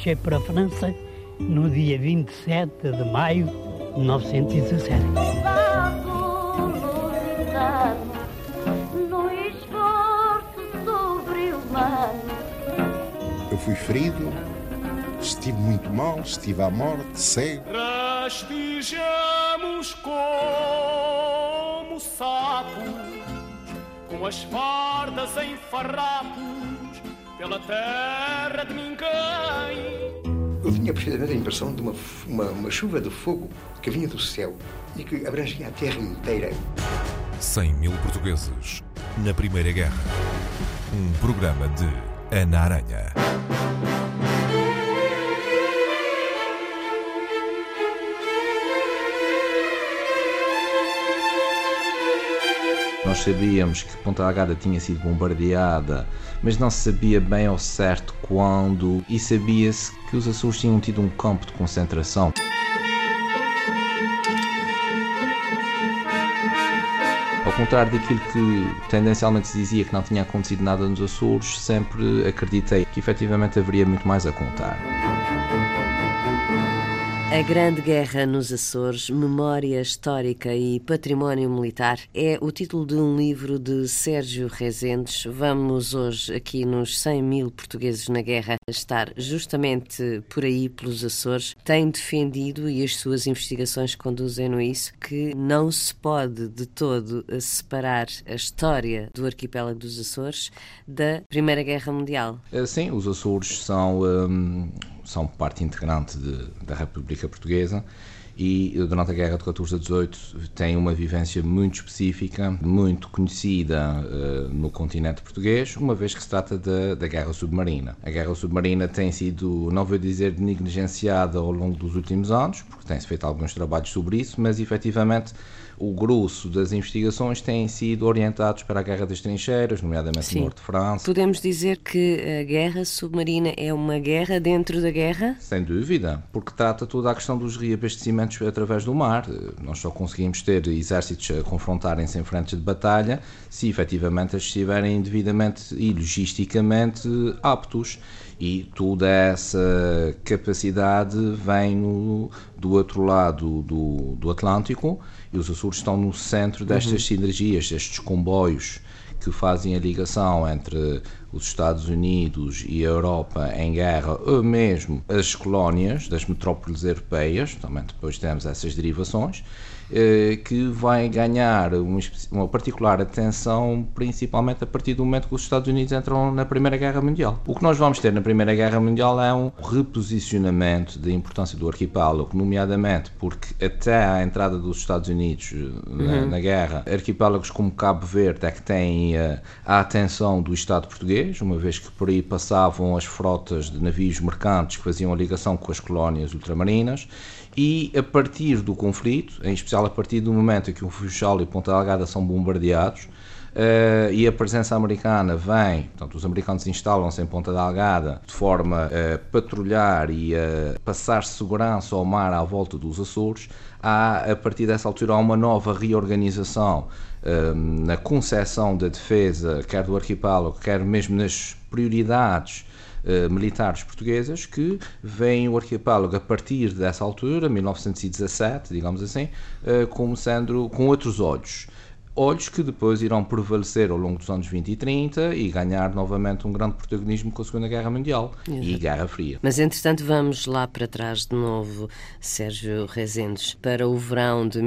marchei para a França no dia 27 de maio de 1917. Eu fui ferido, estive muito mal, estive à morte, cego. Rastejamos como sapos, com as fardas em farrapos, pela terra de ninguém. Eu tinha precisamente a impressão de uma chuva de fogo que vinha do céu e que abrangia a terra inteira. 100.000 portugueses na Primeira Guerra. Um programa de Ana Aranha. Nós sabíamos que Ponta Delgada tinha sido bombardeada, mas não se sabia bem ao certo quando, e sabia-se que os Açores tinham tido um campo de concentração. Ao contrário daquilo que tendencialmente se dizia que não tinha acontecido nada nos Açores, sempre acreditei que efetivamente haveria muito mais a contar. A Grande Guerra nos Açores, Memória Histórica e Património Militar é o título de um livro de Sérgio Rezendes. Vamos hoje aqui nos 100.000 portugueses na guerra estar justamente por aí, pelos Açores. Tem defendido, e as suas investigações conduzem-no a isso, que não se pode de todo separar a história do arquipélago dos Açores da Primeira Guerra Mundial. Sim, os Açores são parte integrante da República Portuguesa e durante a Guerra de 14 a 18 tem uma vivência muito específica, muito conhecida no continente português, uma vez que se trata da Guerra Submarina. A Guerra Submarina tem sido, não vou dizer negligenciada ao longo dos últimos anos, porque tem-se feito alguns trabalhos sobre isso, mas efetivamente o grosso das investigações têm sido orientados para a Guerra das Trincheiras, nomeadamente no norte de França. Podemos dizer que a Guerra Submarina é uma guerra dentro da guerra? Sem dúvida, porque trata toda a questão dos reabastecimentos através do mar. Nós só conseguimos ter exércitos a confrontarem-se em frentes de batalha se efetivamente eles estiverem devidamente e logisticamente aptos. E toda essa capacidade vem do outro lado do Atlântico, e os Açores estão no centro destas sinergias, destes comboios que fazem a ligação entre os Estados Unidos e a Europa em guerra, ou mesmo as colónias das metrópoles europeias, também depois temos essas derivações, que vai ganhar uma particular atenção, principalmente a partir do momento que os Estados Unidos entram na Primeira Guerra Mundial. O que nós vamos ter na Primeira Guerra Mundial é um reposicionamento da importância do arquipélago, nomeadamente porque até à entrada dos Estados Unidos na guerra, arquipélagos como Cabo Verde é que têm a atenção do Estado português, uma vez que por aí passavam as frotas de navios mercantes que faziam a ligação com as colónias ultramarinas. E a partir do conflito, em especial a partir do momento em que o Funchal e Ponta Delgada são bombardeados, e a presença americana vem, portanto os americanos instalam-se em Ponta Delgada de forma a patrulhar e a passar segurança ao mar à volta dos Açores, a partir dessa altura há uma nova reorganização na concepção da defesa, quer do arquipélago, quer mesmo nas prioridades militares portuguesas, que veem o arquipélago a partir dessa altura, 1917, digamos assim, como sendo com outros olhos que depois irão prevalecer ao longo dos anos 20 e 30 e ganhar novamente um grande protagonismo com a Segunda Guerra Mundial. Exato. E Guerra Fria. Mas, entretanto, vamos lá para trás de novo, Sérgio Rezendes, para o verão de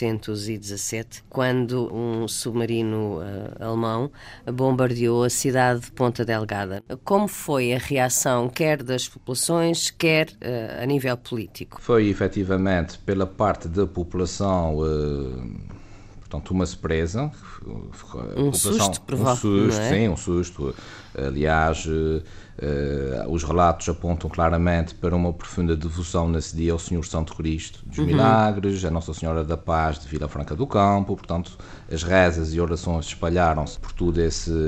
1917, quando um submarino alemão bombardeou a cidade de Ponta Delgada. Como foi a reação, quer das populações, quer a nível político? Foi, efetivamente, pela parte da população... Portanto, uma surpresa. Susto, provável, um susto, não é? Sim, um susto. Aliás, os relatos apontam claramente para uma profunda devoção nesse dia ao Senhor Santo Cristo dos Milagres, a Nossa Senhora da Paz de Vila Franca do Campo. Portanto, as rezas e orações espalharam-se por todo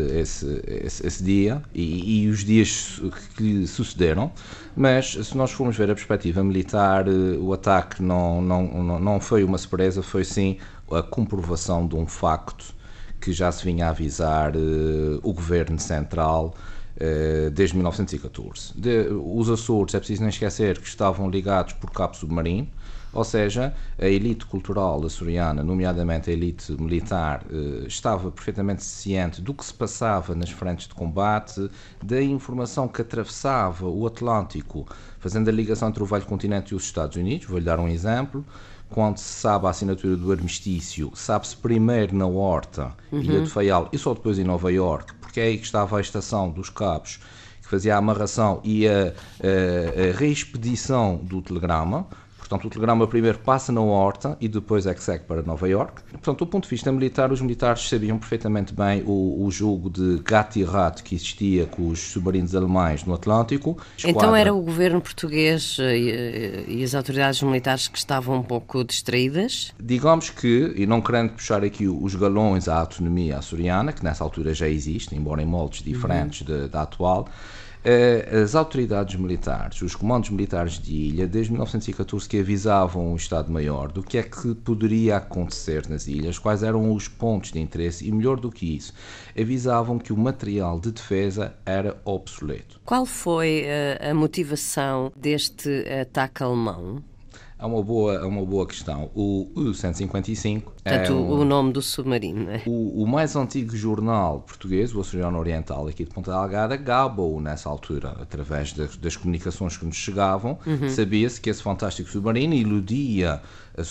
esse dia e os dias que sucederam. Mas, se nós formos ver a perspectiva militar, o ataque não foi uma surpresa, foi sim a comprovação de um facto que já se vinha a avisar o Governo Central desde 1914. Os Açores, é preciso não esquecer que estavam ligados por cabo submarino, ou seja, a elite cultural açoriana, nomeadamente a elite militar, estava perfeitamente ciente do que se passava nas frentes de combate, da informação que atravessava o Atlântico, fazendo a ligação entre o Velho Continente e os Estados Unidos. Vou-lhe dar um exemplo. Quando se sabe a assinatura do armistício, sabe-se primeiro na Horta, Ilha de Faial, e só depois em Nova Iorque, porque é aí que estava a estação dos cabos, que fazia a amarração e a reexpedição do telegrama. Portanto, o telegrama primeiro passa na Horta e depois é que segue para Nova Iorque. Portanto, do ponto de vista militar, os militares sabiam perfeitamente bem o jogo de gato e rato que existia com os submarinos alemães no Atlântico. Então era o governo português e as autoridades militares que estavam um pouco distraídas? Digamos que, e não querendo puxar aqui os galões à autonomia açoriana, que nessa altura já existe, embora em moldes diferentes da atual, as autoridades militares, os comandos militares de ilha, desde 1914 que avisavam o Estado-Maior do que é que poderia acontecer nas ilhas, quais eram os pontos de interesse e, melhor do que isso, avisavam que o material de defesa era obsoleto. Qual foi a motivação deste ataque alemão? É uma boa questão. O U-155 Portanto, o nome do submarino, não é? O mais antigo jornal português, o Açoriano Oriental, aqui de Ponta Delgada, gaba-o nessa altura, através das comunicações que nos chegavam. Sabia-se que esse fantástico submarino iludia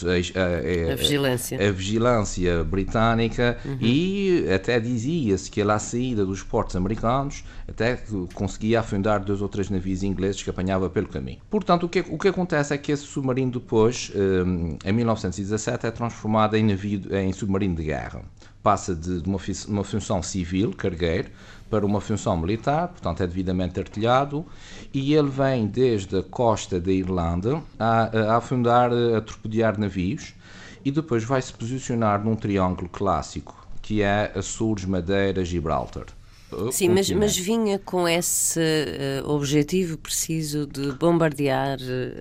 a vigilância britânica e até dizia-se que ele, à saída dos portos americanos, até conseguia afundar 2 ou 3 navios ingleses que apanhava pelo caminho. Portanto, o que acontece é que esse submarino depois, em 1917, é transformado em submarino de guerra. Passa de uma função civil, cargueiro, para uma função militar, portanto é devidamente artilhado, e ele vem desde a costa da Irlanda a afundar, a torpedear navios, e depois vai se posicionar num triângulo clássico, que é Açores, Madeira, Gibraltar. Sim, mas vinha com esse objetivo preciso de bombardear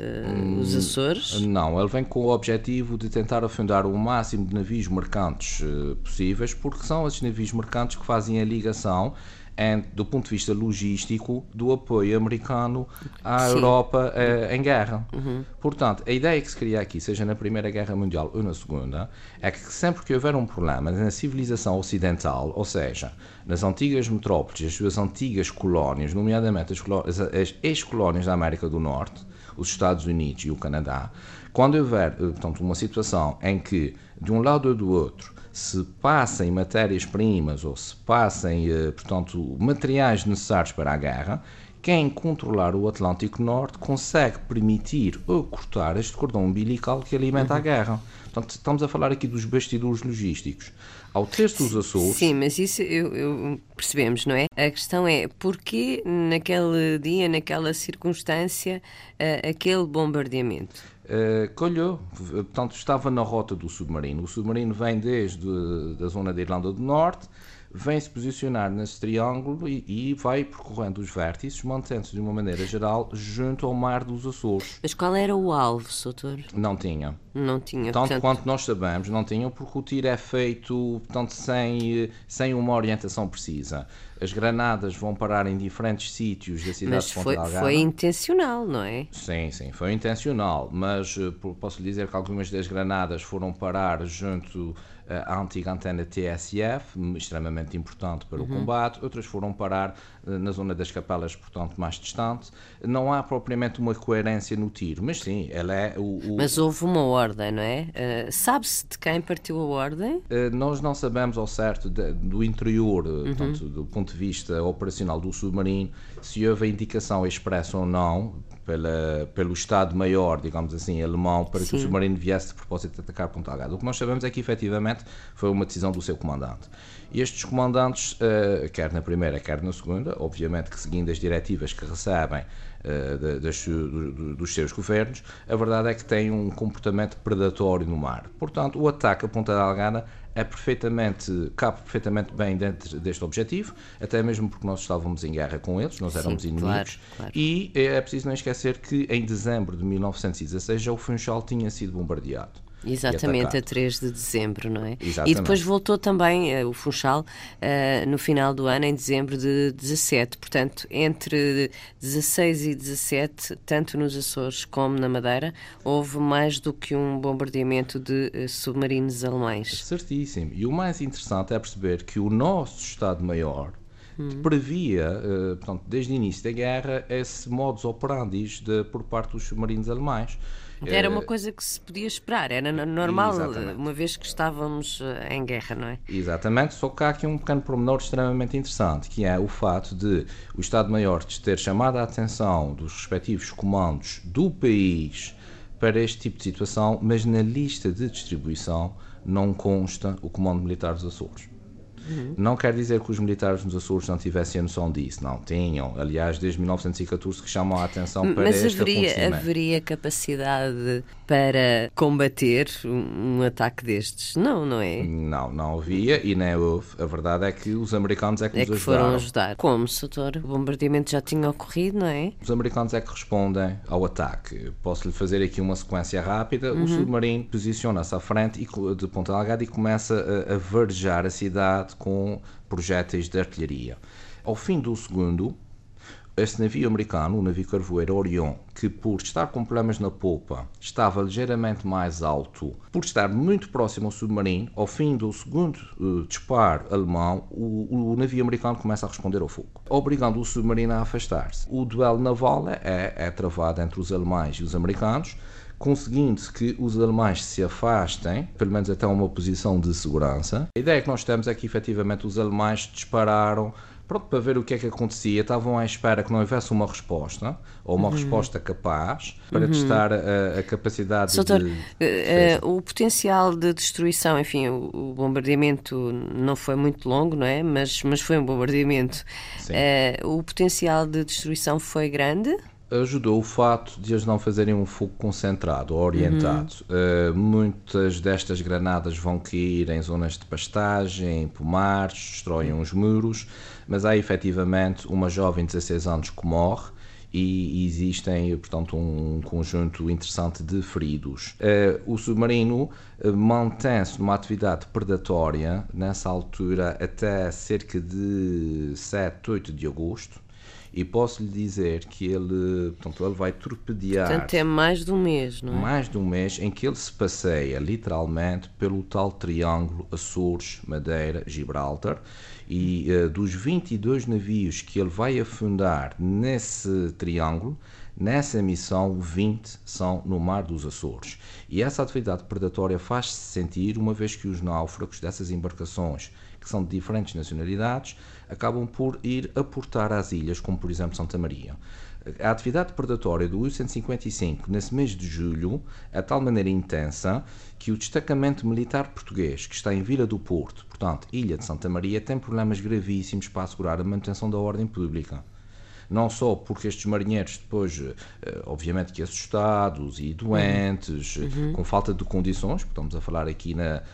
os Açores? Não, ele vem com o objetivo de tentar afundar o máximo de navios mercantes possíveis, porque são esses navios mercantes que fazem a ligação do ponto de vista logístico do apoio americano à Europa em guerra. Portanto, a ideia que se cria aqui, seja na Primeira Guerra Mundial ou na Segunda, é que sempre que houver um problema na civilização ocidental, ou seja, nas antigas metrópoles, as suas antigas colónias, nomeadamente as ex-colónias da América do Norte, os Estados Unidos e o Canadá, quando houver, portanto, uma situação em que, de um lado ou do outro, se passem matérias-primas ou se passem, portanto, materiais necessários para a guerra, quem controlar o Atlântico Norte consegue permitir ou cortar este cordão umbilical que alimenta a guerra. Portanto, estamos a falar aqui dos bastidores logísticos. Ao ter-se os Açores... Sim, mas isso eu percebemos, não é? A questão é, porquê naquele dia, naquela circunstância, aquele bombardeamento? Colheu, portanto estava na rota do submarino. O submarino vem desde a zona da Irlanda do Norte, vem se posicionar nesse triângulo e vai percorrendo os vértices, mantendo-se de uma maneira geral junto ao mar dos Açores. Mas qual era o alvo, Soutor? Não tinha. Não tinha. Tanto quanto nós sabemos, não tinham, porque o tiro é feito, portanto, sem uma orientação precisa. As granadas vão parar em diferentes sítios da cidade de Ponta Delgada. Mas foi intencional, não é? Sim, foi intencional, mas posso lhe dizer que algumas das granadas foram parar junto à antiga antena TSF, extremamente importante para o combate, outras foram parar na zona das capelas, portanto, mais distante. Não há propriamente uma coerência no tiro, mas sim, ela é Mas houve uma ordem, não é? Sabe-se de quem partiu a ordem? Nós não sabemos ao certo do interior, portanto, do ponto de vista operacional do submarino, se houve a indicação expressa ou não pelo Estado-Maior, digamos assim, alemão, para que o submarino viesse de propósito de atacar Ponta Delgada. O que nós sabemos é que, efetivamente, foi uma decisão do seu comandante. E estes comandantes, quer na primeira, quer na segunda, obviamente que seguindo as diretivas que recebem dos seus governos, a verdade é que têm um comportamento predatório no mar. Portanto, o ataque a Ponta Delgada cabe perfeitamente bem dentro deste objetivo, até mesmo porque nós estávamos em guerra com eles, nós éramos inimigos, claro. E é preciso não esquecer que em dezembro de 1916 já o Funchal tinha sido bombardeado. Exatamente, a 3 de dezembro, não é? Exatamente. E depois voltou também o Funchal no final do ano, em dezembro de 17. Portanto, entre 16 e 17, tanto nos Açores como na Madeira, houve mais do que um bombardeamento de submarinos alemães. Certíssimo. E o mais interessante é perceber que o nosso Estado-Maior previa, portanto, desde o início da guerra, esse modus operandi por parte dos submarinos alemães. Era uma coisa que se podia esperar, era normal, Exatamente. uma vez que estávamos em guerra, não é? Exatamente, só que há aqui um pequeno pormenor extremamente interessante, que é o fato de o Estado-Maior ter chamado a atenção dos respectivos comandos do país para este tipo de situação, mas na lista de distribuição não consta o Comando Militar dos Açores. Não quer dizer que os militares nos Açores não tivessem a noção disso, não tinham. Aliás, desde 1914 que chamam a atenção para este acontecimento. Mas haveria capacidade para combater um ataque destes? Não é? Não havia e nem houve. A verdade é que os americanos é que nos ajudaram. Foram ajudar. Como, Soutor? O bombardeamento já tinha ocorrido, não é? Os americanos é que respondem ao ataque. Posso-lhe fazer aqui uma sequência rápida. O submarino posiciona-se à frente de Ponta Delgada e começa a varejar a cidade com projéteis de artilharia. Ao fim do segundo, esse navio americano, o navio carvoeiro Orion, que por estar com problemas na polpa estava ligeiramente mais alto, por estar muito próximo ao submarino, ao fim do segundo disparo alemão, o navio americano começa a responder ao fogo, obrigando o submarino a afastar-se. O duelo naval é travado entre os alemães e os americanos, conseguindo que os alemães se afastem, pelo menos até uma posição de segurança. A ideia que nós temos é que, efetivamente, os alemães dispararam para ver o que é que acontecia. Estavam à espera que não houvesse uma resposta, ou uma resposta capaz, para testar a capacidade Soutor, de... o potencial de destruição, enfim, o bombardeamento não foi muito longo, não é? Mas foi um bombardeamento. O potencial de destruição foi grande? Ajudou o fato de eles não fazerem um fogo concentrado ou orientado. Muitas destas granadas vão cair em zonas de pastagem, em pomares, destroem os muros, mas há efetivamente uma jovem de 16 anos que morre e existem, portanto, um conjunto interessante de feridos. O submarino mantém-se numa atividade predatória nessa altura até cerca de 7, 8 de agosto. E posso lhe dizer que ele vai torpedear... Portanto, é mais de um mês, não é? Mais de um mês em que ele se passeia, literalmente, pelo tal triângulo Açores, Madeira, Gibraltar. E dos 22 navios que ele vai afundar nesse triângulo, nessa missão, 20 são no Mar dos Açores. E essa atividade predatória faz-se sentir, uma vez que os náufragos dessas embarcações, que são de diferentes nacionalidades, acabam por ir aportar às ilhas, como por exemplo Santa Maria. A atividade predatória do U-155 nesse mês de julho é de tal maneira intensa que o destacamento militar português, que está em Vila do Porto, portanto, Ilha de Santa Maria, tem problemas gravíssimos para assegurar a manutenção da ordem pública. Não só porque estes marinheiros depois, obviamente que assustados e doentes, com falta de condições, porque estamos a falar aqui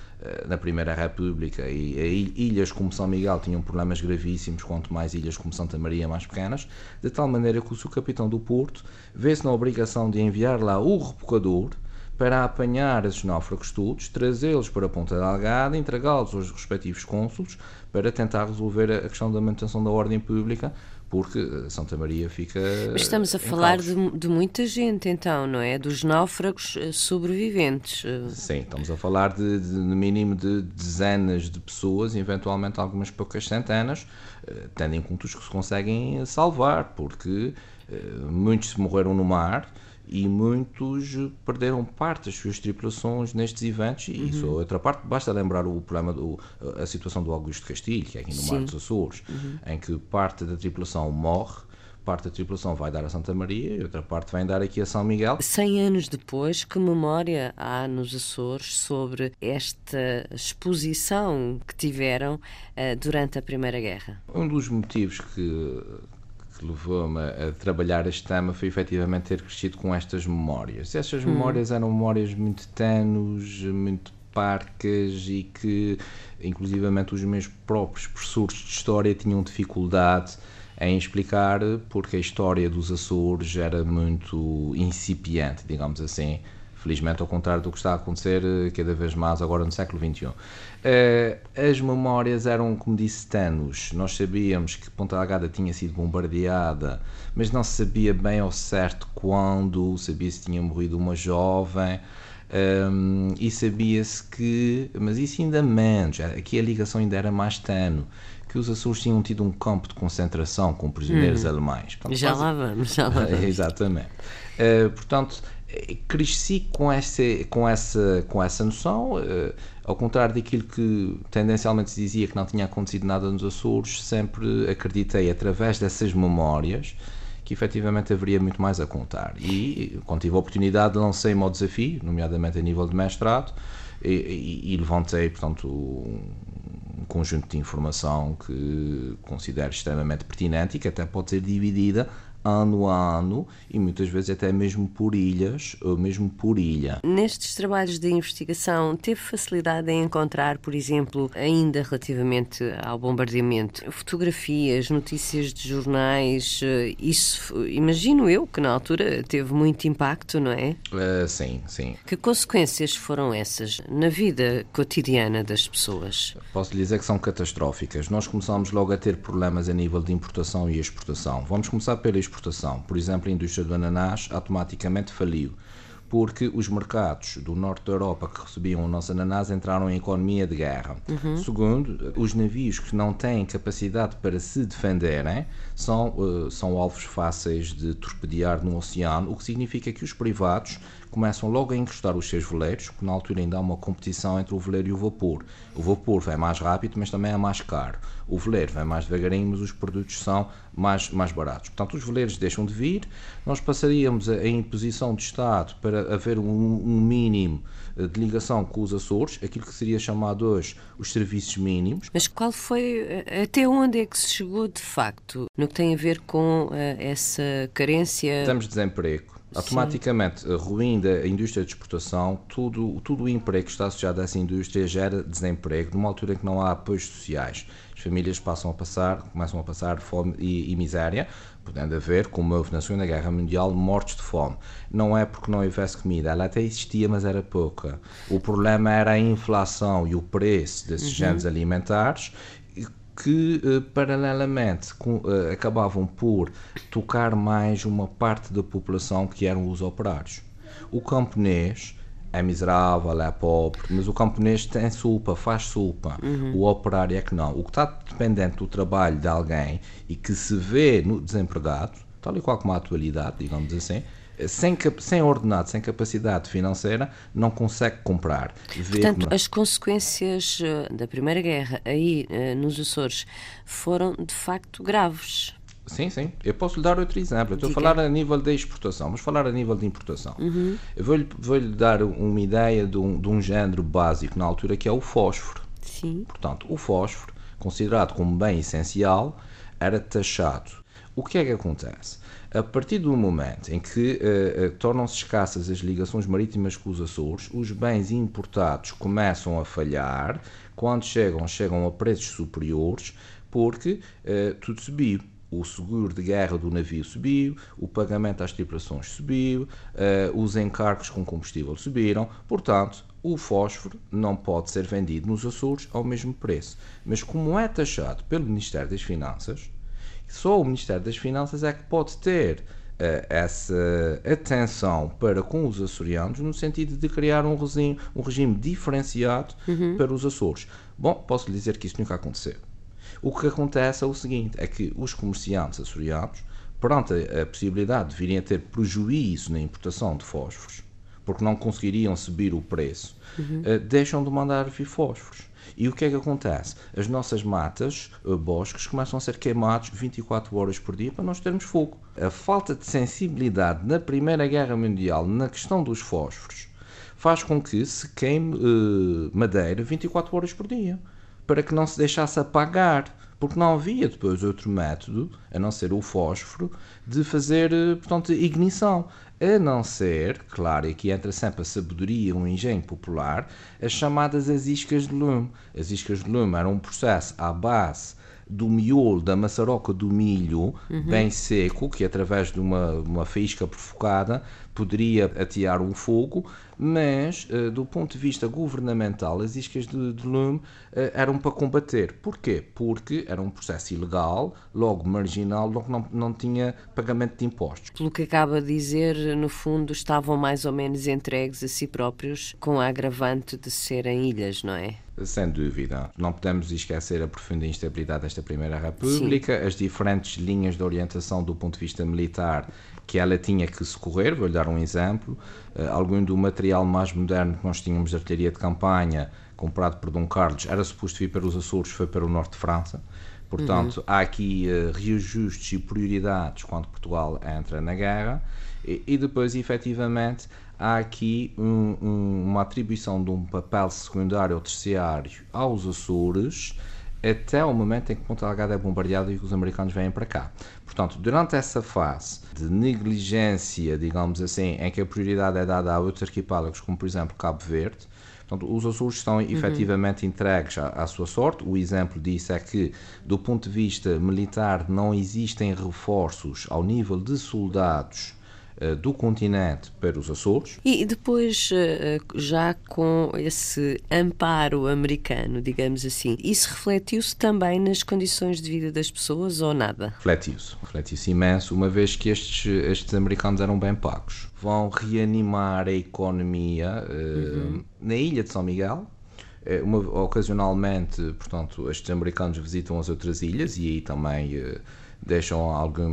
na Primeira República, e ilhas como São Miguel tinham problemas gravíssimos, quanto mais ilhas como Santa Maria mais pequenas, de tal maneira que o seu capitão do Porto vê-se na obrigação de enviar lá o rebocador para apanhar esses náufragos todos, trazê-los para a Ponta Delgada, entregá-los aos respectivos cônsules para tentar resolver a questão da manutenção da ordem pública, porque Santa Maria fica... Mas estamos a falar de muita gente, então, não é? Dos náufragos sobreviventes. Sim, estamos a falar no mínimo de dezenas de pessoas, eventualmente algumas poucas centenas, tendo em conta os que se conseguem salvar, porque muitos morreram no mar e muitos perderam parte das suas tripulações nestes eventos, e isso é outra parte. Basta lembrar o problema a situação do Augusto Castilho, que é aqui no Mar dos Açores, em que parte da tripulação morre, parte da tripulação vai dar a Santa Maria e outra parte vai dar aqui a São Miguel. 100 anos depois, que memória há nos Açores sobre esta exposição que tiveram durante a Primeira Guerra? Um dos motivos que levou-me a trabalhar este tema foi efetivamente ter crescido com estas memórias. Estas memórias eram memórias muito tenues, muito parcas, e que inclusivamente os meus próprios professores de História tinham dificuldade em explicar, porque a história dos Açores era muito incipiente, digamos assim, Felizmente, ao contrário do que está a acontecer cada vez mais agora no século XXI. As memórias eram, como disse, tenues. Nós sabíamos que Ponta Delgada tinha sido bombardeada, mas não se sabia bem ao certo quando, sabia se tinha morrido uma jovem, e sabia-se que, mas isso ainda menos, aqui a ligação ainda era mais tenue, que os Açores tinham tido um campo de concentração com prisioneiros alemães. Portanto, já lá vamos. Exatamente. Portanto, cresci com essa noção, ao contrário daquilo que tendencialmente se dizia que não tinha acontecido nada nos Açores, sempre acreditei, através dessas memórias, que efetivamente haveria muito mais a contar. E, quando tive a oportunidade, lancei-me ao desafio, nomeadamente a nível de mestrado, e levantei, portanto, um conjunto de informação que considero extremamente pertinente e que até pode ser dividida ano a ano e muitas vezes até mesmo por ilhas ou mesmo por ilha. Nestes trabalhos de investigação, teve facilidade em encontrar, por exemplo, ainda relativamente ao bombardeamento, fotografias, notícias de jornais? Isso, imagino eu, que na altura teve muito impacto, não é? Sim. Que consequências foram essas na vida cotidiana das pessoas? Posso lhe dizer que são catastróficas. Nós começámos logo a ter problemas a nível de importação e exportação. Vamos começar pela exportação. Por exemplo, a indústria do ananás automaticamente faliu, porque os mercados do norte da Europa que recebiam o nosso ananás entraram em economia de guerra. Segundo, os navios que não têm capacidade para se defenderem são alvos fáceis de torpedear no oceano, o que significa que os privados começam logo a encostar os seus veleiros, porque na altura ainda há uma competição entre o veleiro e o vapor. O vapor vai mais rápido, mas também é mais caro. O veleiro vai mais devagarinho, mas os produtos são mais baratos. Portanto, os veleiros deixam de vir, nós passaríamos a imposição de Estado para haver um mínimo de ligação com os Açores, aquilo que seria chamado hoje os serviços mínimos. Mas qual foi, até onde é que se chegou de facto, no que tem a ver com essa carência? Temos desemprego. Automaticamente, ruindo a indústria de exportação, tudo o emprego que está associado a essa indústria gera desemprego, numa altura em que não há apoios sociais. As famílias começam a passar fome e miséria, podendo haver, como houve na Segunda Guerra Mundial, mortes de fome. Não é porque não houvesse comida, ela até existia, mas era pouca. O problema era a inflação e o preço desses géneros alimentares, que paralelamente acabavam por tocar mais uma parte da população que eram os operários. O camponês é miserável, é pobre, mas o camponês tem sopa, faz sopa. O operário é que não. O que está dependente do trabalho de alguém e que se vê no desempregado, tal e qual como a atualidade, digamos assim, sem ordenado, sem capacidade financeira, não consegue comprar. Portanto, as consequências da Primeira Guerra aí nos Açores foram de facto graves. Sim. Eu posso lhe dar outro exemplo. Eu estou a falar a nível da exportação, vamos falar a nível de importação. Eu vou-lhe dar uma ideia de um género básico na altura, que é o fósforo. Sim. Portanto, o fósforo, considerado como bem essencial, era taxado. O que é que acontece? A partir do momento em que tornam-se escassas as ligações marítimas com os Açores, os bens importados começam a falhar. Quando chegam a preços superiores, porque tudo subiu. O seguro de guerra do navio subiu, o pagamento às tripulações subiu, os encargos com combustível subiram. Portanto, o fósforo não pode ser vendido nos Açores ao mesmo preço. Mas como é taxado pelo Ministério das Finanças, só o Ministério das Finanças é que pode ter essa atenção para com os açorianos, no sentido de criar um regime diferenciado para os Açores. Bom, posso lhe dizer que isso nunca aconteceu. O que acontece é o seguinte, é que os comerciantes açorianos, perante a possibilidade de virem a ter prejuízo na importação de fósforos, porque não conseguiriam subir o preço, deixam de mandar vir fósforos. E o que é que acontece? As nossas matas, bosques, começam a ser queimados 24 horas por dia para nós termos fogo. A falta de sensibilidade na Primeira Guerra Mundial na questão dos fósforos faz com que se queime madeira 24 horas por dia, para que não se deixasse apagar, porque não havia depois outro método, a não ser o fósforo, de fazer, portanto, ignição. A não ser, claro, aqui entra sempre a sabedoria, um engenho popular, as chamadas as iscas de lume. As iscas de lume eram um processo à base do miolo, da maçaroca do milho, bem seco, que através de uma faísca provocada poderia atear um fogo, mas do ponto de vista governamental as iscas de lume eram para combater. Porquê? Porque era um processo ilegal, logo marginal, logo não tinha pagamento de impostos. Pelo que acaba de dizer, no fundo estavam mais ou menos entregues a si próprios, com a agravante de serem ilhas, não é? Sem dúvida. Não podemos esquecer a profunda instabilidade desta Primeira República, Sim. As diferentes linhas de orientação do ponto de vista militar que ela tinha que socorrer. Vou-lhe dar um exemplo. Algum do material mais moderno que nós tínhamos de artilharia de campanha, comprado por Dom Carlos, era suposto vir para os Açores, foi para o norte de França. Portanto, há aqui reajustes e prioridades quando Portugal entra na guerra e depois, efetivamente, há aqui uma atribuição de um papel secundário ou terciário aos Açores até o momento em que Ponta Delgada é bombardeada e que os americanos vêm para cá. Portanto, durante essa fase de negligência, digamos assim, em que a prioridade é dada a outros arquipélagos, como por exemplo Cabo Verde, portanto, os Açores estão efetivamente entregues à sua sorte. O exemplo disso é que, do ponto de vista militar, não existem reforços ao nível de soldados do continente para os Açores. E depois, já com esse amparo americano, digamos assim, isso refletiu-se também nas condições de vida das pessoas ou nada? Refletiu-se imenso, uma vez que estes americanos eram bem pagos. Vão reanimar a economia na ilha de São Miguel. Ocasionalmente, portanto, estes americanos visitam as outras ilhas e aí também deixam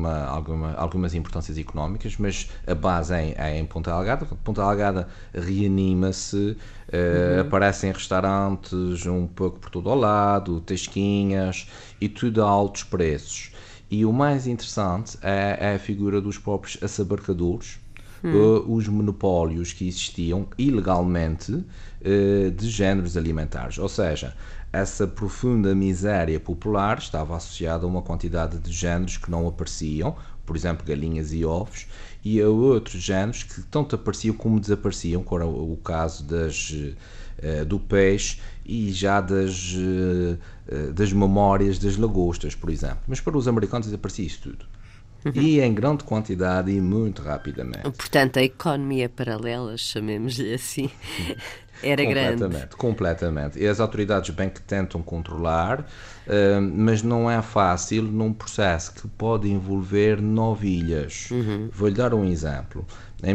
algumas importâncias económicas, mas a base é em Ponta Delgada. Ponta Delgada reanima-se, aparecem restaurantes um pouco por todo o lado, tasquinhas e tudo a altos preços. E o mais interessante é a figura dos próprios assabarcadores, os monopólios que existiam ilegalmente de géneros alimentares, ou seja, essa profunda miséria popular estava associada a uma quantidade de géneros que não apareciam, por exemplo, galinhas e ovos, e a outros géneros que tanto apareciam como desapareciam, como era o caso do peixe e já das memórias das lagostas, por exemplo. Mas para os americanos desaparecia isso tudo. E em grande quantidade e muito rapidamente. Portanto, a economia paralela, chamemos-lhe assim, era grande. Completamente. E as autoridades bem que tentam controlar, mas não é fácil num processo que pode envolver 9 ilhas. Vou-lhe dar um exemplo. Em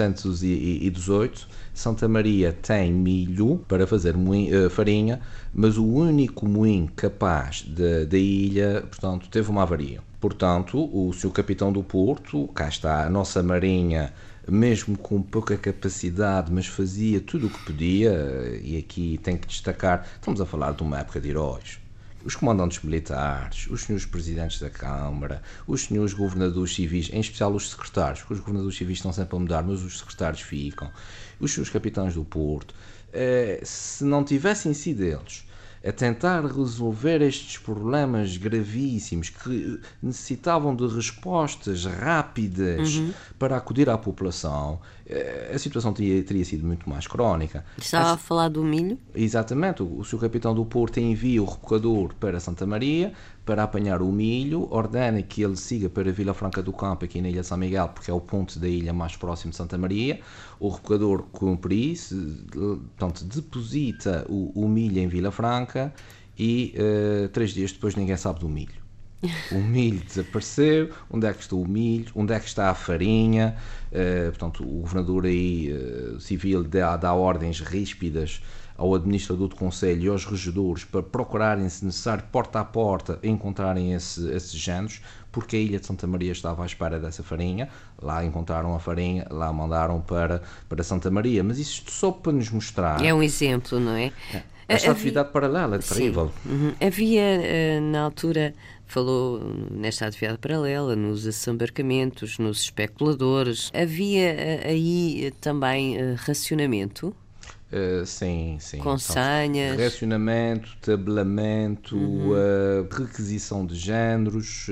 1918, Santa Maria tem milho para fazer farinha, mas o único moinho capaz da ilha, portanto, teve uma avaria. Portanto, o seu capitão do Porto, cá está a nossa marinha, mesmo com pouca capacidade, mas fazia tudo o que podia, e aqui tem que destacar, estamos a falar de uma época de heróis. Os comandantes militares, os senhores presidentes da Câmara, os senhores governadores civis, em especial os secretários, porque os governadores civis estão sempre a mudar, mas os secretários ficam, os senhores capitães do Porto, se não tivessem sido eles a tentar resolver estes problemas gravíssimos que necessitavam de respostas rápidas para acudir à população, a situação teria sido muito mais crónica. Estava a falar do milho? Exatamente. O seu capitão do Porto envia o rebocador para Santa Maria para apanhar o milho, ordena que ele siga para Vila Franca do Campo, aqui na Ilha de São Miguel, porque é o ponto da ilha mais próximo de Santa Maria. O rebocador cumpre isso, portanto, deposita o milho em Vila Franca e 3 dias depois ninguém sabe do milho. O milho desapareceu, onde é que está o milho, onde é que está a farinha, portanto o governador aí civil dá ordens ríspidas ao administrador do concelho e aos regedores para procurarem, se necessário, porta a porta, encontrarem esses géneros, porque a ilha de Santa Maria estava à espera dessa farinha, lá encontraram a farinha, lá mandaram para Santa Maria, mas isto só para nos mostrar... É um exemplo, não é? Esta atividade paralela é terrível. Havia, na altura, falou nesta atividade paralela, nos assambarcamentos, nos especuladores, havia aí também racionamento? Sim. Com senhas. Racionamento, tabelamento, requisição de géneros,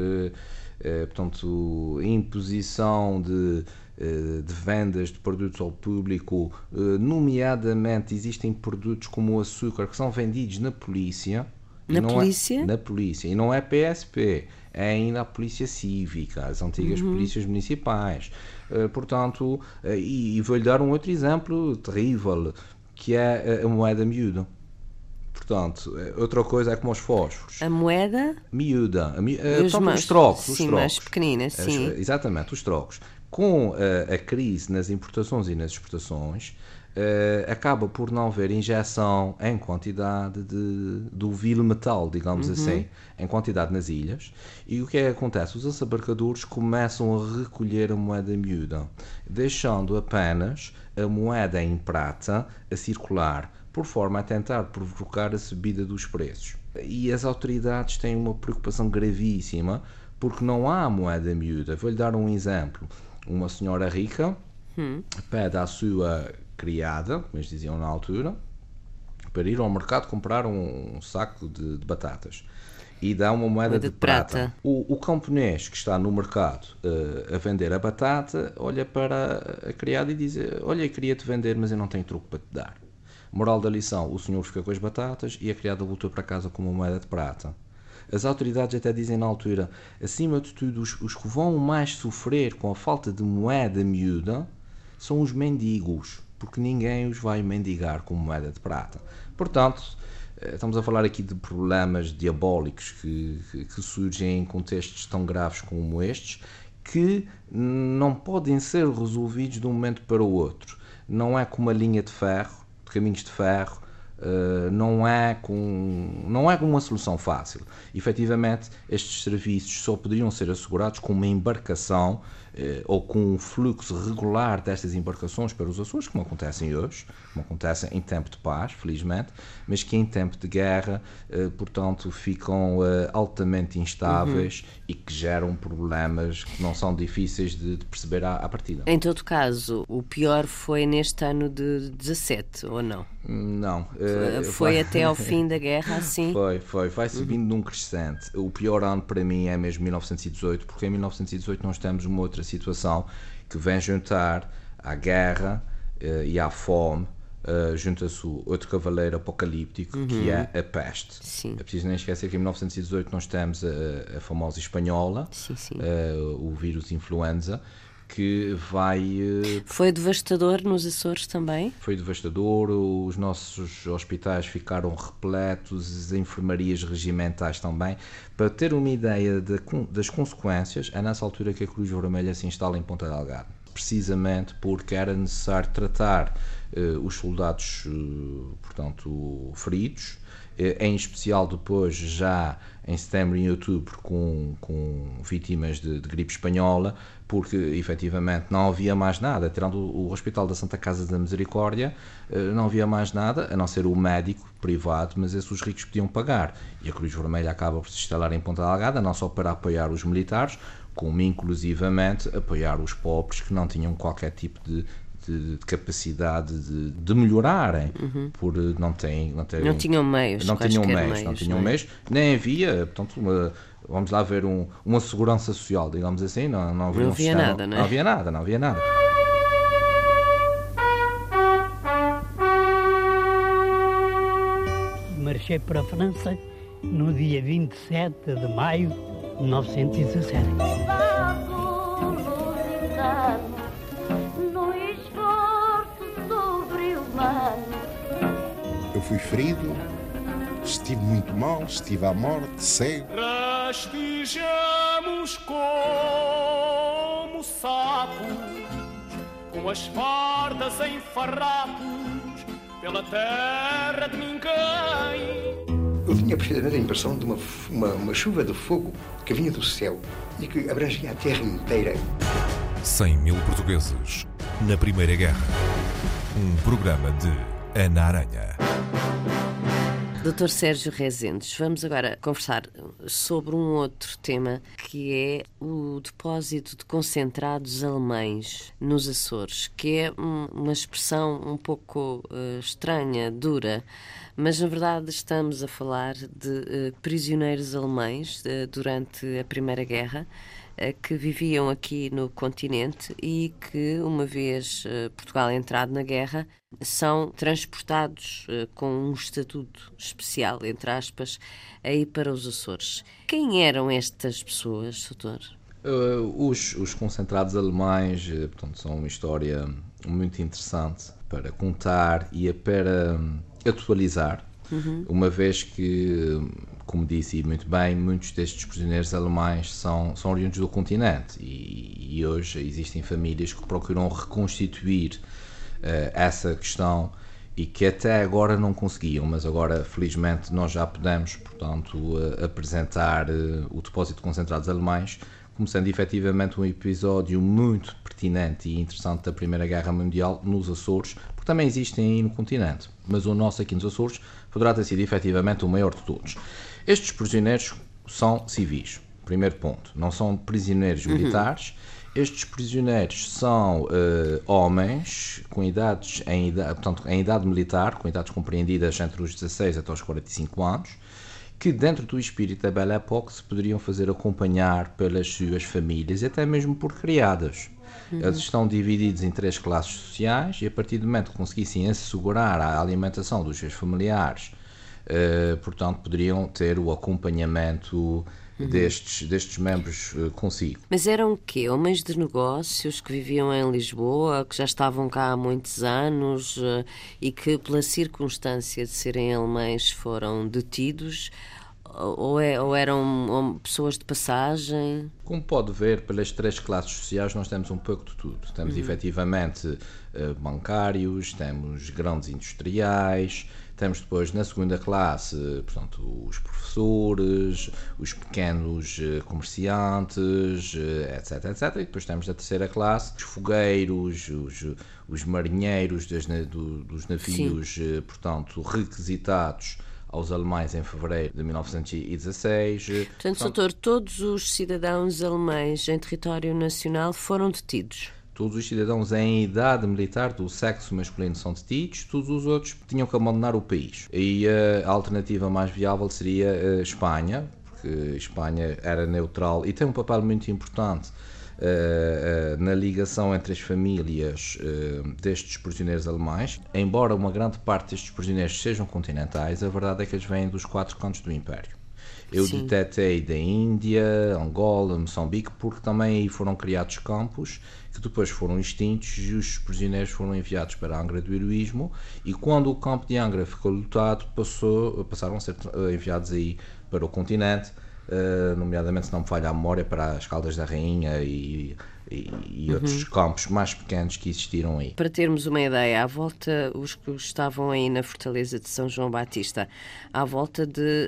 portanto, imposição de vendas de produtos ao público, nomeadamente existem produtos como o açúcar que são vendidos na polícia Na polícia? Na polícia. E não é PSP, é ainda a polícia cívica, as antigas polícias municipais. Portanto, e vou-lhe dar um outro exemplo terrível, que é a moeda miúda. Portanto, outra coisa é como os fósforos. A moeda? Miúda. Os trocos. Sim, mais pequenina, sim. Exatamente, os trocos. Com a crise nas importações e nas exportações, acaba por não haver injeção em quantidade do vil metal, digamos assim, em quantidade nas ilhas. E o que é que acontece? Os assabarcadores começam a recolher a moeda miúda, deixando apenas a moeda em prata a circular, por forma a tentar provocar a subida dos preços. E as autoridades têm uma preocupação gravíssima, porque não há moeda miúda. Vou-lhe dar um exemplo. Uma senhora rica pede à sua criada, como eles diziam na altura, para ir ao mercado comprar um saco de batatas. E dá uma moeda de prata. O camponês que está no mercado a vender a batata olha para a criada e diz: olha, queria-te vender, mas eu não tenho truque para te dar. Moral da lição: o senhor fica com as batatas e a criada voltou para casa com uma moeda de prata. As autoridades até dizem na altura: acima de tudo, os que vão mais sofrer com a falta de moeda miúda são os mendigos, porque ninguém os vai mendigar com moeda de prata. Portanto, estamos a falar aqui de problemas diabólicos que surgem em contextos tão graves como estes, que não podem ser resolvidos de um momento para o outro. Não é com uma linha de ferro, de caminhos de ferro, não é com uma solução fácil. Efetivamente, estes serviços só poderiam ser assegurados com uma embarcação ou com um fluxo regular destas embarcações para os Açores, como acontecem hoje, como acontecem em tempo de paz, felizmente, mas que em tempo de guerra, portanto, ficam altamente instáveis e que geram problemas que não são difíceis de perceber à partida. Em todo caso, o pior foi neste ano de 17, ou não? Não. Foi até ao fim da guerra, assim? Foi. Vai subindo num crescente. O pior ano para mim é mesmo 1918, porque em 1918 nós temos uma outra situação que vem juntar à guerra e à fome. Junta-se outro cavaleiro apocalíptico, que é a peste. Sim. É preciso nem esquecer que em 1918 nós temos a famosa espanhola, o vírus influenza, que vai... Foi devastador nos Açores também? Foi devastador, os nossos hospitais ficaram repletos, as enfermarias regimentais também. Para ter uma ideia das consequências, é nessa altura que a Cruz Vermelha se instala em Ponta Delgada, precisamente porque era necessário tratar os soldados, portanto, feridos, em especial depois já em setembro e outubro com vítimas de gripe espanhola, porque efetivamente não havia mais nada, tirando o Hospital da Santa Casa da Misericórdia, não havia mais nada, a não ser o médico privado, mas esses os ricos podiam pagar. E a Cruz Vermelha acaba por se instalar em Ponta Delgada, não só para apoiar os militares, como inclusivamente apoiar os pobres que não tinham qualquer tipo de capacidade de melhorarem, por não tinham meios, nem havia, portanto, vamos lá ver uma segurança social, digamos assim, não havia nada, não é? Não havia nada. Marchei para a França no dia 27 de maio de 1917. Eu fui ferido, estive muito mal, estive à morte, cego. Rastejamos como sapos, com as fardas em farrapos, pela terra de ninguém. Eu tinha precisamente a impressão de uma chuva de fogo que vinha do céu e que abrangia a terra inteira. 100.000 portugueses na Primeira Guerra. Um programa de Ana Aranha. Dr. Sérgio Rezendes, vamos agora conversar sobre um outro tema, que é o depósito de concentrados alemães nos Açores, que é uma expressão um pouco estranha, dura, mas na verdade estamos a falar de prisioneiros alemães durante a Primeira Guerra, que viviam aqui no continente e que, uma vez Portugal entrado na guerra, são transportados com um estatuto especial, entre aspas, aí para os Açores. Quem eram estas pessoas, doutor? Os concentrados alemães, portanto, são uma história muito interessante para contar e para atualizar, uma vez que, como disse muito bem, muitos destes prisioneiros alemães são oriundos do continente e hoje existem famílias que procuram reconstituir essa questão e que até agora não conseguiam, mas agora felizmente nós já podemos, portanto, apresentar o depósito de concentrados alemães como sendo efetivamente um episódio muito pertinente e interessante da Primeira Guerra Mundial nos Açores, porque também existem aí no continente, mas o nosso aqui nos Açores poderá ter sido efetivamente o maior de todos. Estes prisioneiros são civis, primeiro ponto, não são prisioneiros militares. Estes prisioneiros são homens com idades em idade militar, com idades compreendidas entre os 16 até os 45 anos, que dentro do espírito da Belle Époque se poderiam fazer acompanhar pelas suas famílias e até mesmo por criadas. Eles estão divididos em 3 classes sociais e a partir do momento que conseguissem assegurar a alimentação dos seus familiares, portanto poderiam ter o acompanhamento destes membros consigo. Mas eram o quê? Homens de negócios que viviam em Lisboa, que já estavam cá há muitos anos e que, pela circunstância de serem alemães, foram detidos? Ou eram pessoas de passagem? Como pode ver, pelas 3 classes sociais nós temos um pouco de tudo. Temos efetivamente bancários, temos grandes industriais, temos depois na segunda classe, portanto, os professores, os pequenos comerciantes, etc, etc. E depois temos na terceira classe os fogueiros, os marinheiros dos navios, portanto, requisitados aos alemães em fevereiro de 1916. Portanto, doutor, todos os cidadãos alemães em território nacional foram detidos? Todos os cidadãos em idade militar do sexo masculino são detidos, todos os outros tinham que abandonar o país. E a alternativa mais viável seria a Espanha, porque a Espanha era neutral e tem um papel muito importante na ligação entre as famílias destes prisioneiros alemães. Embora uma grande parte destes prisioneiros sejam continentais, a verdade é que eles vêm dos 4 cantos do Império. Eu detetei da Índia, Angola, Moçambique, porque também aí foram criados campos que depois foram extintos e os prisioneiros foram enviados para a Angra do Heroísmo e quando o campo de Angra ficou lotado passaram a ser enviados aí para o continente, nomeadamente, se não me falha a memória, para as Caldas da Rainha e outros campos mais pequenos que existiram aí. Para termos uma ideia, à volta, os que estavam aí na Fortaleza de São João Batista, à volta de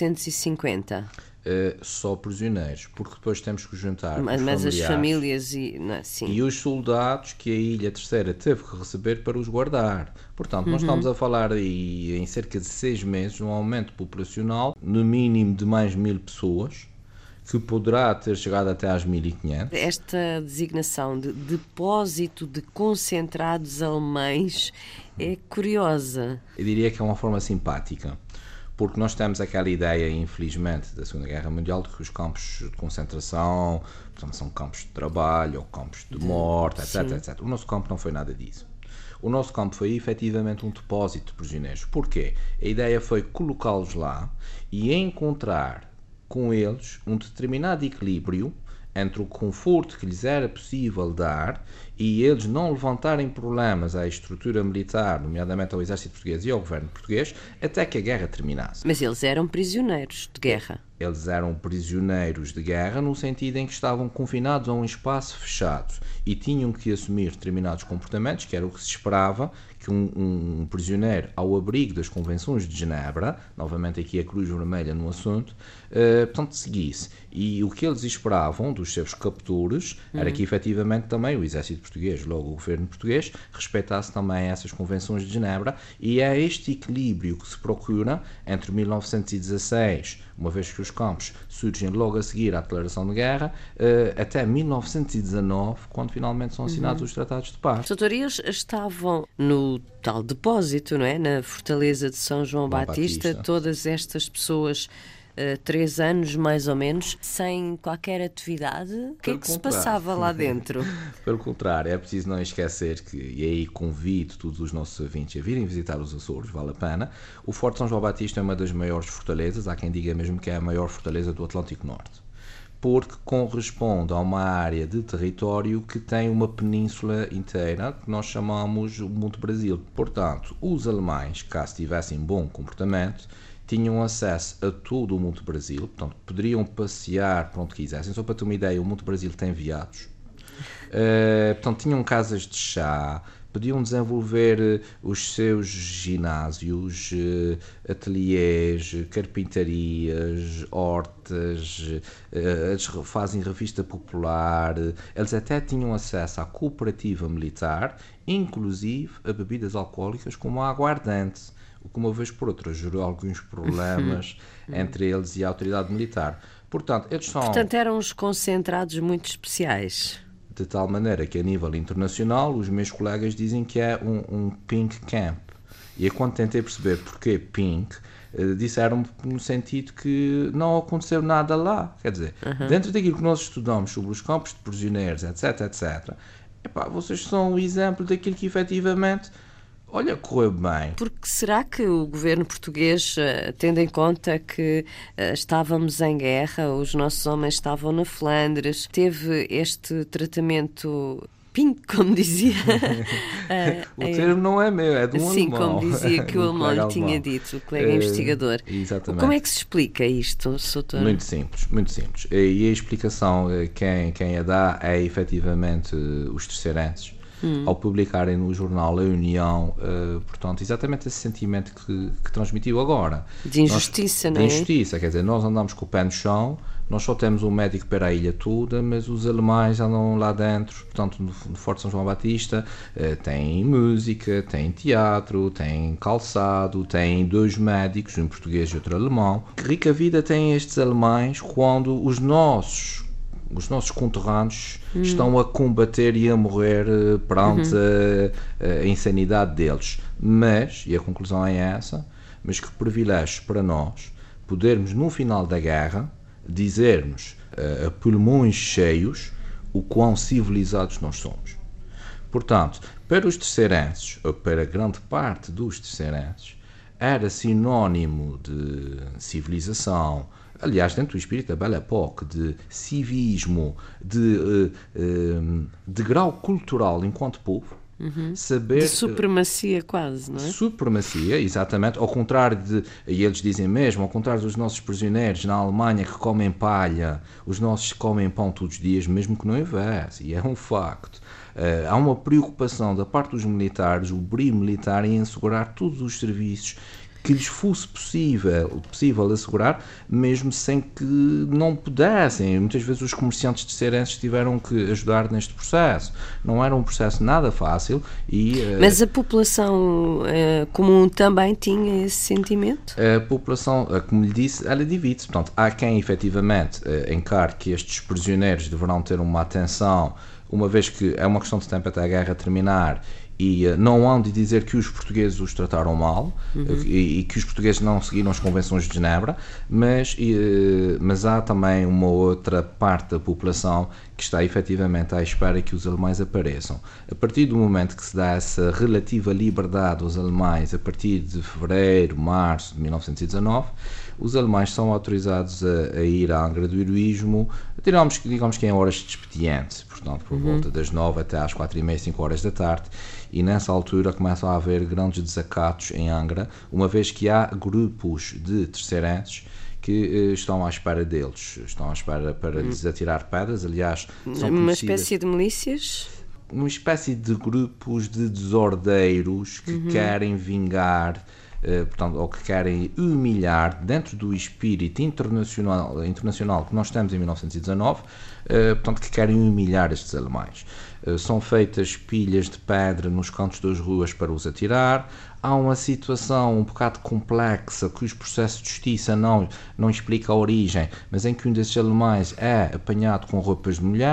750. Só prisioneiros, porque depois temos que juntar mas as famílias e os soldados que a Ilha Terceira teve que receber para os guardar. Portanto, nós estamos a falar aí em cerca de 6 meses um aumento populacional no mínimo de mais 1000 pessoas, que poderá ter chegado até às 1500. Esta designação de depósito de concentrados alemães é curiosa. Eu diria que é uma forma simpática, porque nós temos aquela ideia, infelizmente, da Segunda Guerra Mundial, de que os campos de concentração, portanto, são campos de trabalho ou campos de morte, etc, etc. O nosso campo não foi nada disso. O nosso campo foi efetivamente um depósito de prisioneiros. Porquê? A ideia foi colocá-los lá e encontrar com eles um determinado equilíbrio entre o conforto que lhes era possível dar e eles não levantarem problemas à estrutura militar, nomeadamente ao exército português e ao governo português, até que a guerra terminasse. Mas eles eram prisioneiros de guerra. Eles eram prisioneiros de guerra no sentido em que estavam confinados a um espaço fechado e tinham que assumir determinados comportamentos, que era o que se esperava que um prisioneiro, ao abrigo das Convenções de Genebra, novamente aqui a Cruz Vermelha no assunto, portanto, seguisse. E o que eles esperavam dos seus captores era que, efetivamente, também o exército português, logo o governo português, respeitasse também essas Convenções de Genebra, e é este equilíbrio que se procura entre 1916, uma vez que os campos surgem logo a seguir à declaração de guerra, até 1919, quando finalmente são assinados os tratados de paz. Doutor, eles estavam no tal depósito, não é? Na Fortaleza de São João Batista. Todas estas pessoas 3 anos, mais ou menos, sem qualquer atividade? O que é que se passava lá dentro? Pelo contrário, é preciso não esquecer que, e aí convido todos os nossos ouvintes a virem visitar os Açores, vale a pena. O Forte São João Batista é uma das maiores fortalezas, há quem diga mesmo que é a maior fortaleza do Atlântico Norte, porque corresponde a uma área de território que tem uma península inteira que nós chamamos o Monte Brasil. Portanto, os alemães, caso tivessem bom comportamento, tinham acesso a todo o Monte Brasil, portanto, poderiam passear para onde quisessem. Só para ter uma ideia, o Monte Brasil tem veados. Portanto, tinham casas de chá, podiam desenvolver os seus ginásios, ateliês, carpintarias, hortas, fazem revista popular, eles até tinham acesso à cooperativa militar, inclusive a bebidas alcoólicas como a aguardente, o que uma vez por outra gerou alguns problemas entre eles e a autoridade militar. Portanto, eram uns concentrados muito especiais. De tal maneira que, a nível internacional, os meus colegas dizem que é um pink camp. E eu, quando tentei perceber porquê pink, disseram-me no sentido que não aconteceu nada lá. Quer dizer, dentro daquilo que nós estudamos sobre os campos de prisioneiros, etc., vocês são um exemplo daquilo que, efetivamente, correu bem. Porque será que o governo português, tendo em conta que estávamos em guerra, os nossos homens estavam na Flandres, teve este tratamento pink, como dizia? O termo não é meu, é de um alemão. Sim, como dizia que o alemão lhe tinha dito, o colega investigador. Exatamente. Como é que se explica isto, Soutor? Muito simples, muito simples. E a explicação, quem a dá é efetivamente os terceirenses. Ao publicarem no jornal A União, portanto, exatamente esse sentimento que transmitiu agora. De injustiça, não é? De injustiça, quer dizer, nós andamos com o pé no chão, nós só temos um médico para a ilha toda, mas os alemães andam lá dentro, portanto, no Forte São João Batista, tem música, tem teatro, tem calçado, tem 2 médicos, um português e outro alemão. Que rica vida têm estes alemães quando os nossos conterrâneos estão a combater e a morrer perante a insanidade deles. Mas, e a conclusão é essa, mas que privilégio para nós podermos, no final da guerra, dizermos a pulmões cheios o quão civilizados nós somos. Portanto, para os terceirenses, ou para grande parte dos terceirenses, era sinónimo de civilização, aliás, dentro do espírito da Belle Époque, de civismo, de grau cultural enquanto povo, saber... De supremacia quase, não é? Supremacia, exatamente, ao contrário de, e eles dizem mesmo, ao contrário dos nossos prisioneiros na Alemanha que comem palha, os nossos comem pão todos os dias, mesmo que não houvesse, e é um facto. Há uma preocupação da parte dos militares, o brio militar, em assegurar todos os serviços que lhes fosse possível assegurar, mesmo sem que não pudessem. Muitas vezes os comerciantes terceirenses tiveram que ajudar neste processo. Não era um processo nada fácil. Mas a população comum também tinha esse sentimento? A população, como lhe disse, ela divide-se. Portanto, há quem efetivamente encare que estes prisioneiros deverão ter uma atenção, uma vez que é uma questão de tempo até a guerra terminar, e não hão de dizer que os portugueses os trataram mal, e que os portugueses não seguiram as convenções de Genebra, mas há também uma outra parte da população que está efetivamente à espera que os alemães apareçam. A partir do momento que se dá essa relativa liberdade aos alemães, a partir de fevereiro, março de 1919, os alemães são autorizados a ir à Angra do Heroísmo, digamos que em horas de expediente, portanto, por volta das 9 até às 4h30, 5 horas da tarde, e nessa altura começam a haver grandes desacatos em Angra, uma vez que há grupos de terceirenses que estão à espera deles, estão à espera para lhes atirar pedras, aliás, são uma espécie de milícias? Uma espécie de grupos de desordeiros que querem vingar, portanto, ou que querem humilhar, dentro do espírito internacional que nós temos em 1919, portanto, que querem humilhar estes alemães. São feitas pilhas de pedra nos cantos das ruas para os atirar. Há uma situação um bocado complexa, cujos processos de justiça não explica a origem, mas em que um desses alemães é apanhado com roupas de mulher,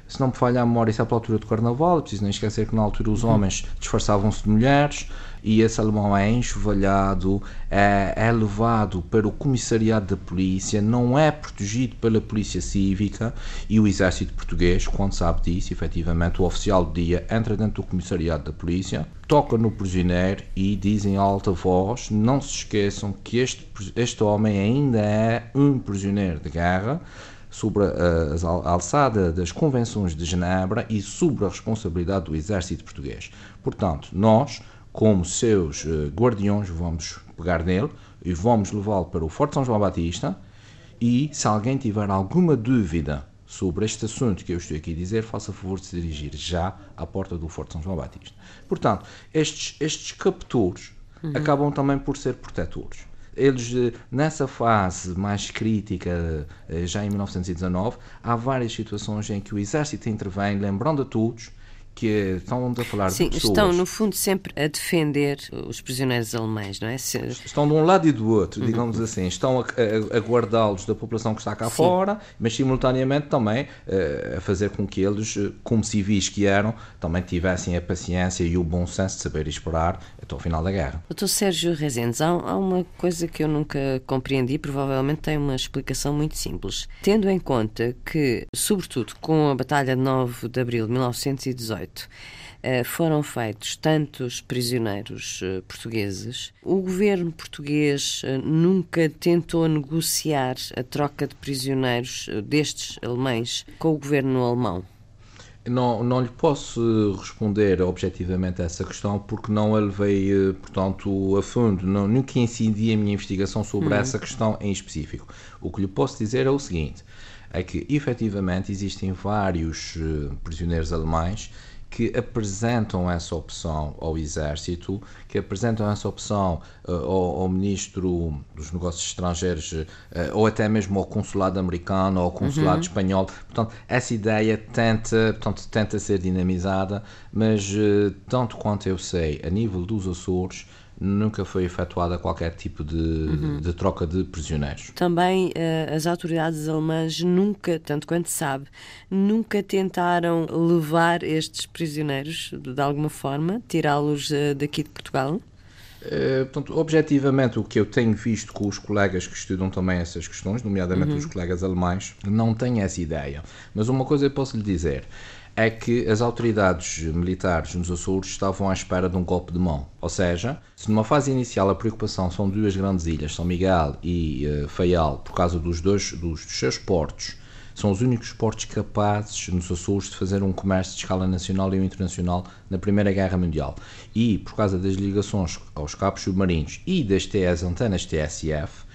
se não me falha a memória, isso é pela altura do Carnaval. É preciso não esquecer que na altura os homens disfarçavam-se de mulheres, e esse alemão é enxovalhado, é levado para o comissariado da polícia, não é protegido pela polícia cívica, e o exército português, quando sabe disso, efetivamente, o oficial do dia entra dentro do comissariado da polícia, toca no prisioneiro e diz em alta voz: não se esqueçam que este homem ainda é um prisioneiro de guerra, sobre a alçada das convenções de Genebra e sobre a responsabilidade do exército português. Portanto, nós, como seus guardiões, vamos pegar nele e vamos levá-lo para o Forte São João Batista, e se alguém tiver alguma dúvida sobre este assunto que eu estou aqui a dizer, faça favor de se dirigir já à porta do Forte São João Batista. Portanto, estes captores acabam também por ser protetores. Eles, nessa fase mais crítica, já em 1919, há várias situações em que o exército intervém, lembrando a todos que estão a falar de pessoas... estão, no fundo, sempre a defender os prisioneiros alemães, não é? Estão de um lado e do outro, digamos assim. Estão a guardá-los da população que está cá fora, mas simultaneamente também a fazer com que eles, como civis que eram, também tivessem a paciência e o bom senso de saber esperar até o final da guerra. Dr. Sérgio Rezendes, há uma coisa que eu nunca compreendi, provavelmente tem uma explicação muito simples. Tendo em conta que, sobretudo com a Batalha de 9 de Abril de 1918, foram feitos tantos prisioneiros portugueses, o governo português nunca tentou negociar a troca de prisioneiros destes alemães com o governo alemão? Não lhe posso responder objetivamente a essa questão, porque não a levei, portanto, a fundo. Nunca incidi a minha investigação sobre essa questão em específico. O que lhe posso dizer é o seguinte, é que efetivamente existem vários prisioneiros alemães que apresentam essa opção ao Exército, que apresentam essa opção ao Ministro dos Negócios Estrangeiros, ou até mesmo ao Consulado americano, ou ao Consulado espanhol. Portanto, essa ideia tenta ser dinamizada, mas, tanto quanto eu sei, a nível dos Açores, nunca foi efetuada qualquer tipo de troca de prisioneiros. Também as autoridades alemãs nunca, tanto quanto sabe, nunca tentaram levar estes prisioneiros, de alguma forma, tirá-los daqui de Portugal? Portanto, objetivamente, o que eu tenho visto com os colegas que estudam também essas questões, nomeadamente os colegas alemães, não tenho essa ideia. Mas uma coisa eu posso lhe dizer, é que as autoridades militares nos Açores estavam à espera de um golpe de mão. Ou seja, se numa fase inicial a preocupação são duas grandes ilhas, São Miguel e Faial, por causa dos seus portos, são os únicos portos capazes nos Açores de fazer um comércio de escala nacional e internacional na Primeira Guerra Mundial. E por causa das ligações aos cabos submarinos e das antenas TSF,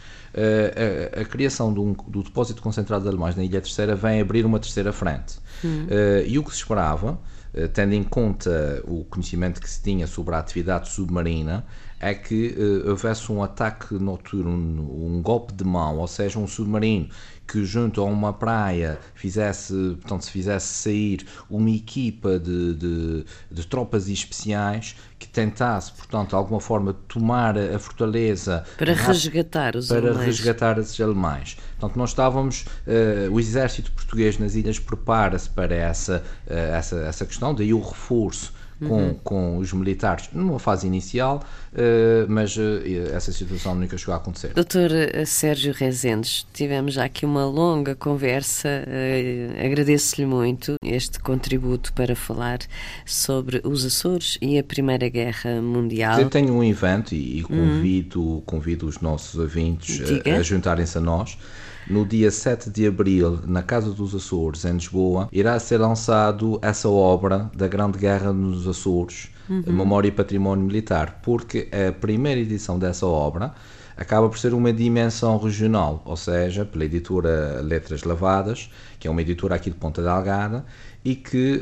a criação do depósito concentrado de alemães na Ilha Terceira vem abrir uma terceira frente. E o que se esperava, tendo em conta o conhecimento que se tinha sobre a atividade submarina, é que houvesse um ataque noturno, um golpe de mão, ou seja, um submarino que junto a uma praia se fizesse sair uma equipa de tropas especiais que tentasse, portanto, de alguma forma tomar a fortaleza para resgatar esses alemães. Portanto, nós estávamos, o exército português nas ilhas prepara-se para essa questão, daí o reforço com os militares numa fase inicial, mas essa situação nunca chegou a acontecer. Dr. Sérgio Rezendes, tivemos já aqui uma longa conversa, agradeço-lhe muito este contributo para falar sobre os Açores e a Primeira Guerra Mundial. Eu tenho um evento e convido os nossos ouvintes a juntarem-se a nós. No dia 7 de abril, na Casa dos Açores, em Lisboa, irá ser lançado essa obra da Grande Guerra nos Açores, Memória e Património Militar, porque a primeira edição dessa obra acaba por ser uma dimensão regional, ou seja, pela editora Letras Lavadas, que é uma editora aqui de Ponta Delgada, e que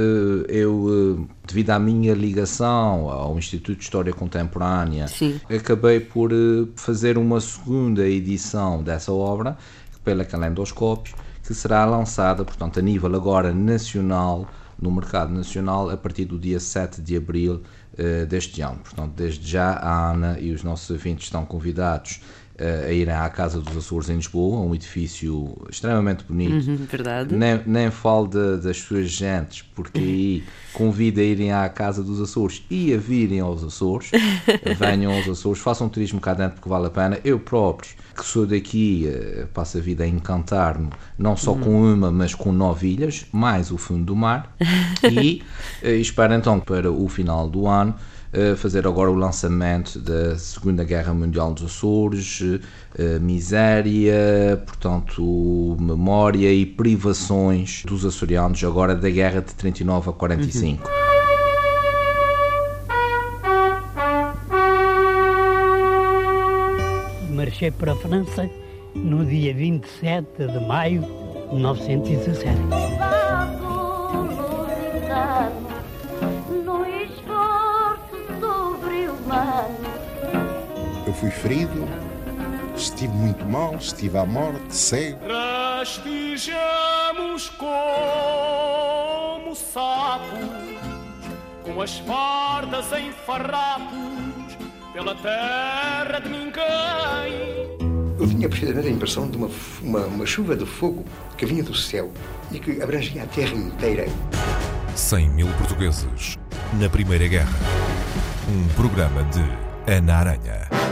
eu, devido à minha ligação ao Instituto de História Contemporânea, acabei por fazer uma segunda edição dessa obra, pela Calendoscópio, que será lançada, portanto, a nível agora nacional, no mercado nacional, a partir do dia 7 de abril deste ano. Portanto, desde já a Ana e os nossos ouvintes estão convidados a irem à Casa dos Açores em Lisboa, um edifício extremamente bonito. Verdade. Nem falo das suas gentes, porque aí convido a irem à Casa dos Açores e a virem aos Açores. Venham aos Açores, façam turismo cá dentro porque vale a pena. Eu próprio, que sou daqui, passo a vida a encantar-me, não só com uma, mas com 9 ilhas, mais o fundo do mar. E espero então para o final do ano fazer agora o lançamento da Segunda Guerra Mundial dos Açores, miséria, portanto, memória e privações dos açorianos agora da guerra de 39 a 45. Marchei para a França no dia 27 de maio de 1917. Eu fui ferido, estive muito mal, estive à morte, cego. Rastejamos como sapos, com as fardas em farrapos, pela terra de ninguém. Eu tinha precisamente a impressão de uma chuva de fogo que vinha do céu e que abrangia a terra inteira. 100.000 portugueses na Primeira Guerra. Um programa de Ana Aranha.